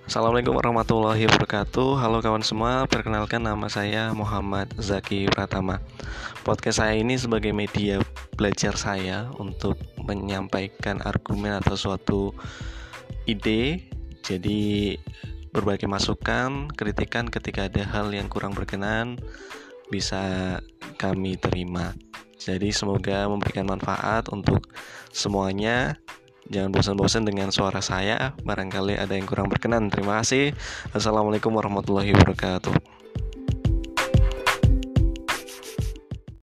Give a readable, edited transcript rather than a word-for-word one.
Assalamualaikum warahmatullahi wabarakatuh. Halo kawan semua, perkenalkan nama saya Muhammad Zaki Pratama. Podcast saya ini sebagai media belajar saya untuk menyampaikan argumen atau suatu ide. Jadi berbagai masukan, kritikan ketika ada hal yang kurang berkenan bisa kami terima. Jadi semoga memberikan manfaat untuk semuanya. Jangan bosan-bosan dengan suara saya, barangkali ada yang kurang berkenan. Terima kasih. Assalamualaikum warahmatullahi wabarakatuh.